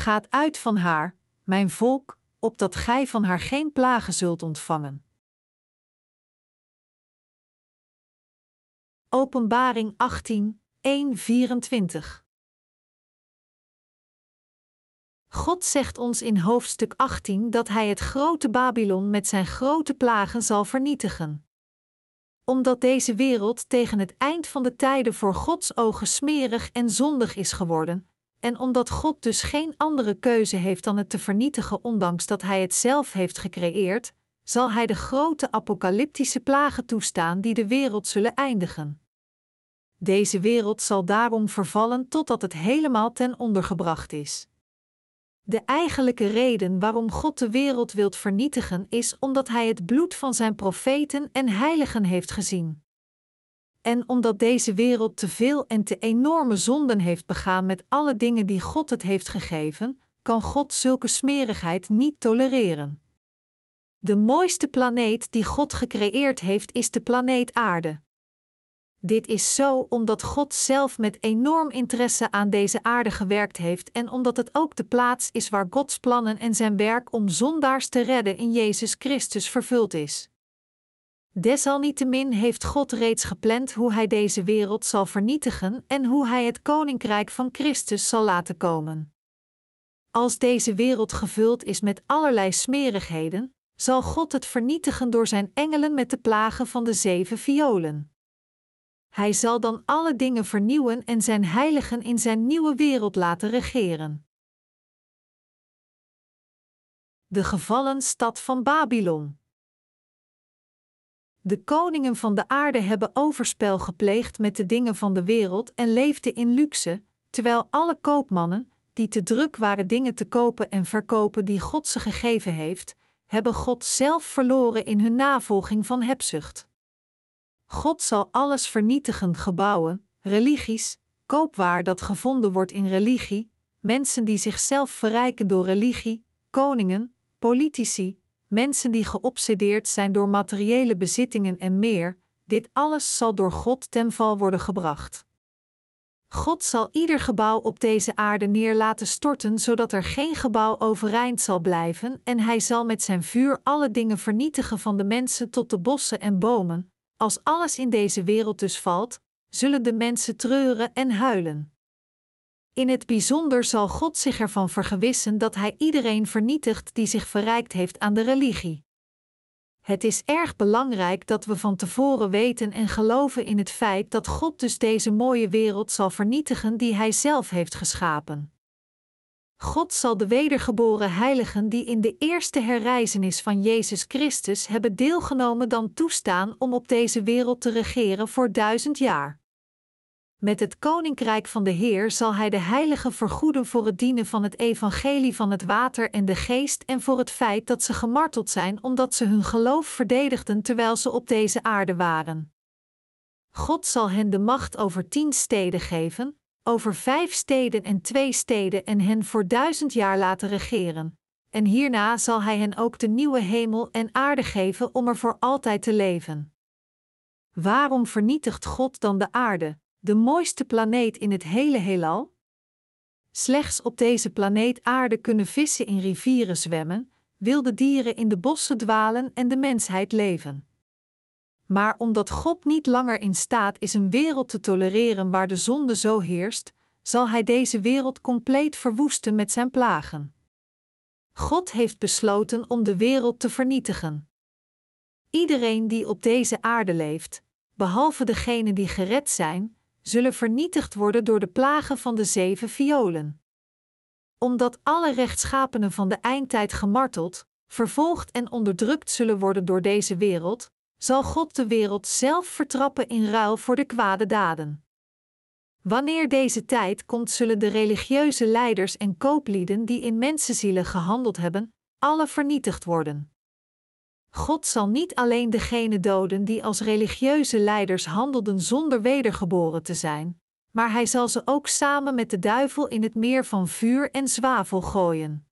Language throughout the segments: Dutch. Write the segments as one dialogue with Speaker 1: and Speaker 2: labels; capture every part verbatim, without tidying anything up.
Speaker 1: gaat uit van haar, mijn volk, opdat gij van haar geen plagen zult ontvangen. Openbaring achttien, één vierentwintig. God zegt ons in hoofdstuk achttien dat Hij het grote Babylon met zijn grote plagen zal vernietigen. Omdat deze wereld tegen het eind van de tijden voor Gods ogen smerig en zondig is geworden, en omdat God dus geen andere keuze heeft dan het te vernietigen ondanks dat Hij het zelf heeft gecreëerd, zal Hij de grote apocalyptische plagen toestaan die de wereld zullen eindigen. Deze wereld zal daarom vervallen totdat het helemaal ten onder gebracht is. De eigenlijke reden waarom God de wereld wilt vernietigen is omdat Hij het bloed van zijn profeten en heiligen heeft gezien. En omdat deze wereld te veel en te enorme zonden heeft begaan met alle dingen die God het heeft gegeven, kan God zulke smerigheid niet tolereren. De mooiste planeet die God gecreëerd heeft is de planeet Aarde. Dit is zo omdat God zelf met enorm interesse aan deze aarde gewerkt heeft en omdat het ook de plaats is waar Gods plannen en zijn werk om zondaars te redden in Jezus Christus vervuld is. Desalniettemin heeft God reeds gepland hoe Hij deze wereld zal vernietigen en hoe Hij het koninkrijk van Christus zal laten komen. Als deze wereld gevuld is met allerlei smerigheden, zal God het vernietigen door zijn engelen met de plagen van de zeven violen. Hij zal dan alle dingen vernieuwen en zijn heiligen in zijn nieuwe wereld laten regeren. De gevallen stad van Babylon. De koningen van de aarde hebben overspel gepleegd met de dingen van de wereld en leefden in luxe, terwijl alle koopmannen, die te druk waren dingen te kopen en verkopen die God ze gegeven heeft, hebben God zelf verloren in hun navolging van hebzucht. God zal alles vernietigen: gebouwen, religies, koopwaar dat gevonden wordt in religie, mensen die zichzelf verrijken door religie, koningen, politici, mensen die geobsedeerd zijn door materiële bezittingen en meer. Dit alles zal door God ten val worden gebracht. God zal ieder gebouw op deze aarde neer laten storten, zodat er geen gebouw overeind zal blijven, en Hij zal met zijn vuur alle dingen vernietigen, van de mensen tot de bossen en bomen. Als alles in deze wereld dus valt, zullen de mensen treuren en huilen. In het bijzonder zal God zich ervan vergewissen dat Hij iedereen vernietigt die zich verrijkt heeft aan de religie. Het is erg belangrijk dat we van tevoren weten en geloven in het feit dat God dus deze mooie wereld zal vernietigen die Hij zelf heeft geschapen. God zal de wedergeboren heiligen die in de eerste herrijzenis van Jezus Christus hebben deelgenomen dan toestaan om op deze wereld te regeren voor duizend jaar. Met het koninkrijk van de Heer zal Hij de heiligen vergoeden voor het dienen van het evangelie van het water en de geest en voor het feit dat ze gemarteld zijn omdat ze hun geloof verdedigden terwijl ze op deze aarde waren. God zal hen de macht over tien steden geven, over vijf steden en twee steden en hen voor duizend jaar laten regeren. En hierna zal Hij hen ook de nieuwe hemel en aarde geven om er voor altijd te leven. Waarom vernietigt God dan de aarde, de mooiste planeet in het hele heelal? Slechts op deze planeet aarde kunnen vissen in rivieren zwemmen, wilde dieren in de bossen dwalen en de mensheid leven. Maar omdat God niet langer in staat is een wereld te tolereren waar de zonde zo heerst, zal Hij deze wereld compleet verwoesten met zijn plagen. God heeft besloten om de wereld te vernietigen. Iedereen die op deze aarde leeft, behalve degenen die gered zijn, zullen vernietigd worden door de plagen van de zeven violen. Omdat alle rechtschapenen van de eindtijd gemarteld, vervolgd en onderdrukt zullen worden door deze wereld, zal God de wereld zelf vertrappen in ruil voor de kwade daden. Wanneer deze tijd komt, zullen de religieuze leiders en kooplieden die in mensenzielen gehandeld hebben, alle vernietigd worden. God zal niet alleen degenen doden die als religieuze leiders handelden zonder wedergeboren te zijn, maar Hij zal ze ook samen met de duivel in het meer van vuur en zwavel gooien.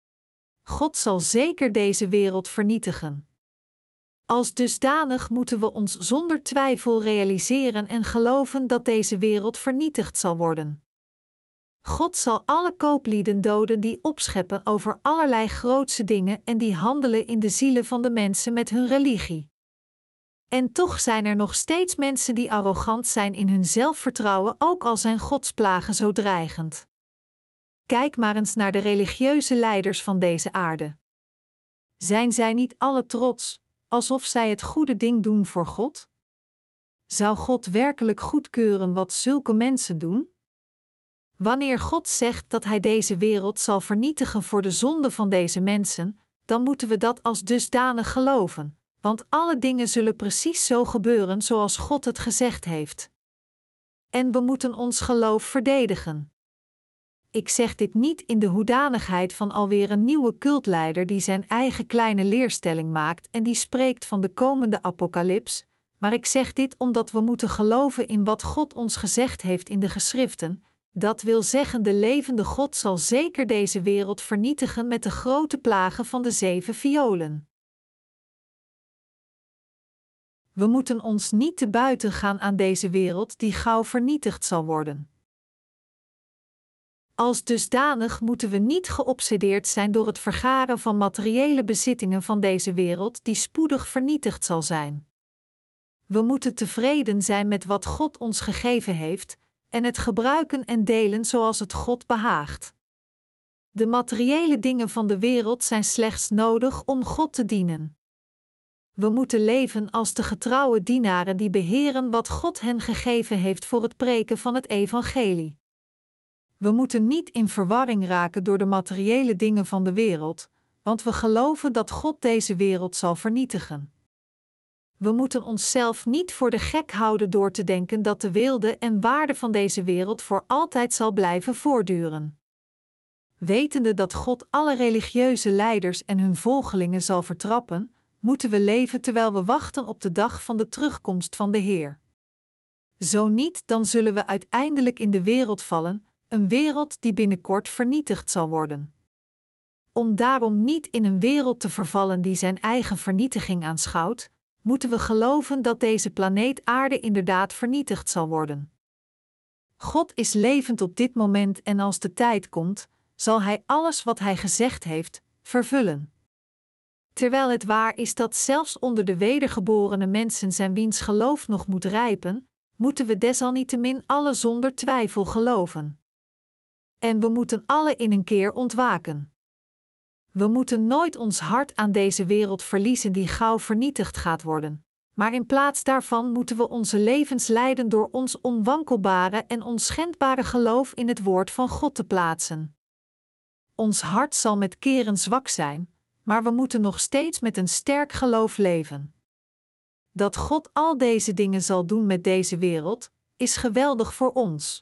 Speaker 1: God zal zeker deze wereld vernietigen. Als dusdanig moeten we ons zonder twijfel realiseren en geloven dat deze wereld vernietigd zal worden. God zal alle kooplieden doden die opscheppen over allerlei grootse dingen en die handelen in de zielen van de mensen met hun religie. En toch zijn er nog steeds mensen die arrogant zijn in hun zelfvertrouwen, ook al zijn Gods plagen zo dreigend. Kijk maar eens naar de religieuze leiders van deze aarde. Zijn zij niet alle trots, alsof zij het goede ding doen voor God? Zou God werkelijk goedkeuren wat zulke mensen doen? Wanneer God zegt dat Hij deze wereld zal vernietigen voor de zonde van deze mensen, dan moeten we dat als dusdanig geloven, want alle dingen zullen precies zo gebeuren zoals God het gezegd heeft. En we moeten ons geloof verdedigen. Ik zeg dit niet in de hoedanigheid van alweer een nieuwe cultleider die zijn eigen kleine leerstelling maakt en die spreekt van de komende apocalyps, maar ik zeg dit omdat we moeten geloven in wat God ons gezegd heeft in de geschriften. Dat wil zeggen, de levende God zal zeker deze wereld vernietigen met de grote plagen van de zeven violen. We moeten ons niet te buiten gaan aan deze wereld die gauw vernietigd zal worden. Als dusdanig moeten we niet geobsedeerd zijn door het vergaren van materiële bezittingen van deze wereld die spoedig vernietigd zal zijn. We moeten tevreden zijn met wat God ons gegeven heeft en het gebruiken en delen zoals het God behaagt. De materiële dingen van de wereld zijn slechts nodig om God te dienen. We moeten leven als de getrouwe dienaren die beheren wat God hen gegeven heeft voor het preken van het evangelie. We moeten niet in verwarring raken door de materiële dingen van de wereld, want we geloven dat God deze wereld zal vernietigen. We moeten onszelf niet voor de gek houden door te denken dat de weelde en waarde van deze wereld voor altijd zal blijven voortduren. Wetende dat God alle religieuze leiders en hun volgelingen zal vertrappen, moeten we leven terwijl we wachten op de dag van de terugkomst van de Heer. Zo niet, dan zullen we uiteindelijk in de wereld vallen, een wereld die binnenkort vernietigd zal worden. Om daarom niet in een wereld te vervallen die zijn eigen vernietiging aanschouwt, moeten we geloven dat deze planeet Aarde inderdaad vernietigd zal worden. God is levend op dit moment en als de tijd komt, zal Hij alles wat Hij gezegd heeft, vervullen. Terwijl het waar is dat zelfs onder de wedergeborene mensen zijn wiens geloof nog moet rijpen, moeten we desalniettemin alle zonder twijfel geloven. En we moeten alle in een keer ontwaken. We moeten nooit ons hart aan deze wereld verliezen die gauw vernietigd gaat worden, maar in plaats daarvan moeten we onze levens leiden door ons onwankelbare en onschendbare geloof in het woord van God te plaatsen. Ons hart zal met keren zwak zijn, maar we moeten nog steeds met een sterk geloof leven. Dat God al deze dingen zal doen met deze wereld, is geweldig voor ons.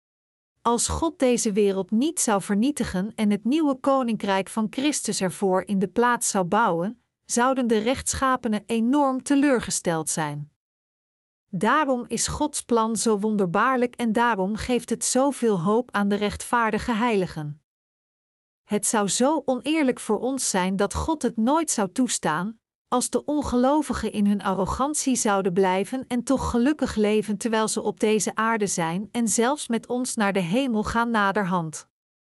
Speaker 1: Als God deze wereld niet zou vernietigen en het nieuwe koninkrijk van Christus ervoor in de plaats zou bouwen, zouden de rechtschapenen enorm teleurgesteld zijn. Daarom is Gods plan zo wonderbaarlijk en daarom geeft het zoveel hoop aan de rechtvaardige heiligen. Het zou zo oneerlijk voor ons zijn dat God het nooit zou toestaan, als de ongelovigen in hun arrogantie zouden blijven en toch gelukkig leven terwijl ze op deze aarde zijn en zelfs met ons naar de hemel gaan naderhand.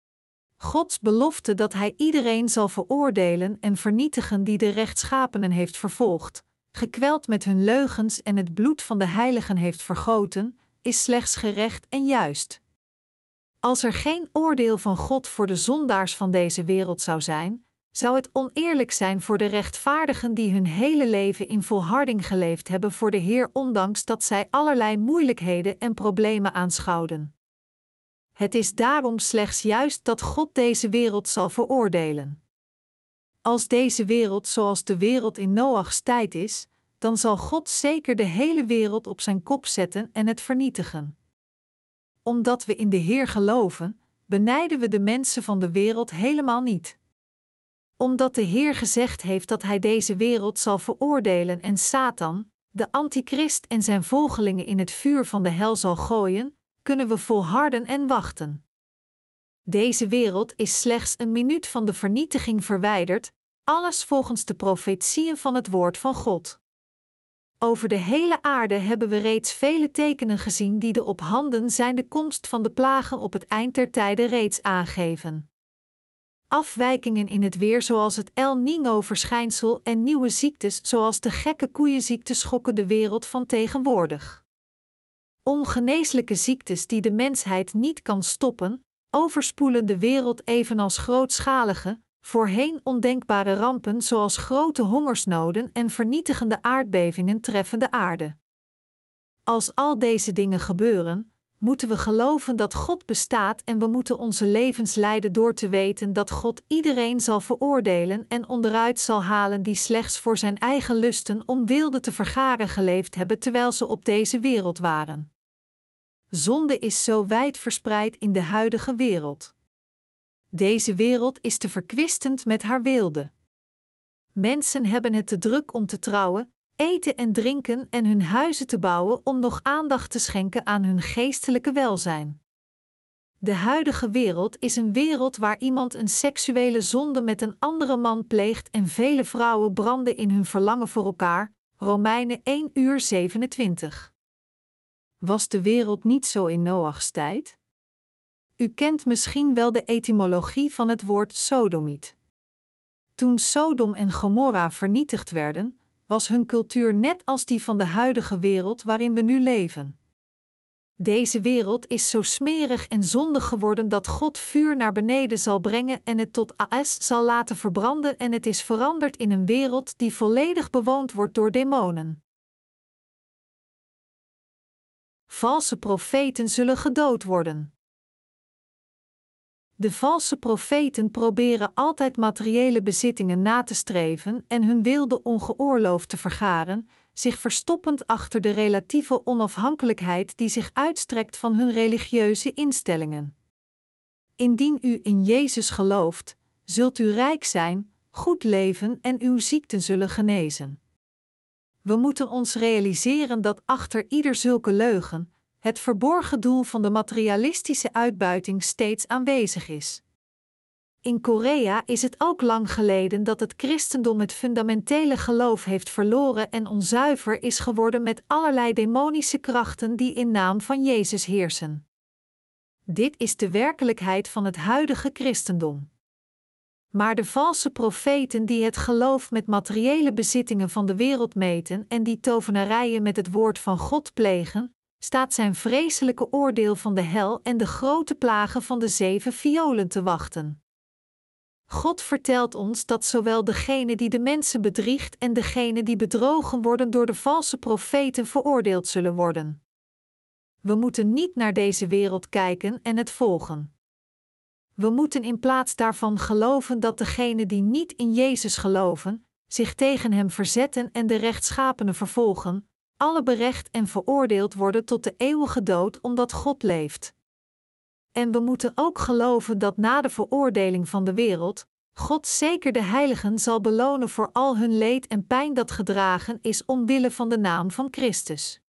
Speaker 1: Gods belofte dat Hij iedereen zal veroordelen en vernietigen die de rechtschapenen heeft vervolgd, gekweld met hun leugens en het bloed van de heiligen heeft vergoten, is slechts gerecht en juist. Als er geen oordeel van God voor de zondaars van deze wereld zou zijn, zou het oneerlijk zijn voor de rechtvaardigen die hun hele leven in volharding geleefd hebben voor de Heer, ondanks dat zij allerlei moeilijkheden en problemen aanschouwden. Het is daarom slechts juist dat God deze wereld zal veroordelen. Als deze wereld zoals de wereld in Noachs tijd is, dan zal God zeker de hele wereld op zijn kop zetten en het vernietigen. Omdat we in de Heer geloven, benijden we de mensen van de wereld helemaal niet. Omdat de Heer gezegd heeft dat Hij deze wereld zal veroordelen en Satan, de antichrist en zijn volgelingen in het vuur van de hel zal gooien, kunnen we volharden en wachten. Deze wereld is slechts een minuut van de vernietiging verwijderd, alles volgens de profetieën van het woord van God. Over de hele aarde hebben we reeds vele tekenen gezien die de op handen zijnde komst van de plagen op het eind der tijden reeds aangeven. Afwijkingen in het weer zoals het El Niño-verschijnsel en nieuwe ziektes zoals de gekke koeienziekte schokken de wereld van tegenwoordig. Ongeneeslijke ziektes die de mensheid niet kan stoppen, overspoelen de wereld evenals grootschalige, voorheen ondenkbare rampen zoals grote hongersnoden en vernietigende aardbevingen treffen de aarde. Als al deze dingen gebeuren, moeten we geloven dat God bestaat en we moeten onze levens leiden door te weten dat God iedereen zal veroordelen en onderuit zal halen die slechts voor zijn eigen lusten om wilde te vergaren geleefd hebben terwijl ze op deze wereld waren. Zonde is zo wijd verspreid in de huidige wereld. Deze wereld is te verkwistend met haar weelde. Mensen hebben het te druk om te trouwen, eten en drinken en hun huizen te bouwen om nog aandacht te schenken aan hun geestelijke welzijn. De huidige wereld is een wereld waar iemand een seksuele zonde met een andere man pleegt en vele vrouwen branden in hun verlangen voor elkaar. Romeinen één uur zevenentwintig. Was de wereld niet zo in Noachs tijd? U kent misschien wel de etymologie van het woord sodomiet. Toen Sodom en Gomorra vernietigd werden, was hun cultuur net als die van de huidige wereld waarin we nu leven. Deze wereld is zo smerig en zondig geworden dat God vuur naar beneden zal brengen en het tot as zal laten verbranden en het is veranderd in een wereld die volledig bewoond wordt door demonen. Valse profeten zullen gedood worden. De valse profeten proberen altijd materiële bezittingen na te streven en hun wilde ongeoorloofd te vergaren, zich verstoppend achter de relatieve onafhankelijkheid die zich uitstrekt van hun religieuze instellingen. Indien u in Jezus gelooft, zult u rijk zijn, goed leven en uw ziekten zullen genezen. We moeten ons realiseren dat achter ieder zulke leugen het verborgen doel van de materialistische uitbuiting steeds aanwezig is. In Korea is het ook lang geleden dat het christendom het fundamentele geloof heeft verloren en onzuiver is geworden met allerlei demonische krachten die in naam van Jezus heersen. Dit is de werkelijkheid van het huidige christendom. Maar de valse profeten die het geloof met materiële bezittingen van de wereld meten en die tovenarijen met het woord van God plegen, staat zijn vreselijke oordeel van de hel en de grote plagen van de zeven violen te wachten. God vertelt ons dat zowel degene die de mensen bedriegt en degene die bedrogen worden door de valse profeten veroordeeld zullen worden. We moeten niet naar deze wereld kijken en het volgen. We moeten in plaats daarvan geloven dat degenen die niet in Jezus geloven, zich tegen hem verzetten en de rechtschapenen vervolgen, alle berecht en veroordeeld worden tot de eeuwige dood omdat God leeft. En we moeten ook geloven dat na de veroordeling van de wereld, God zeker de heiligen zal belonen voor al hun leed en pijn dat gedragen is omwille van de naam van Christus.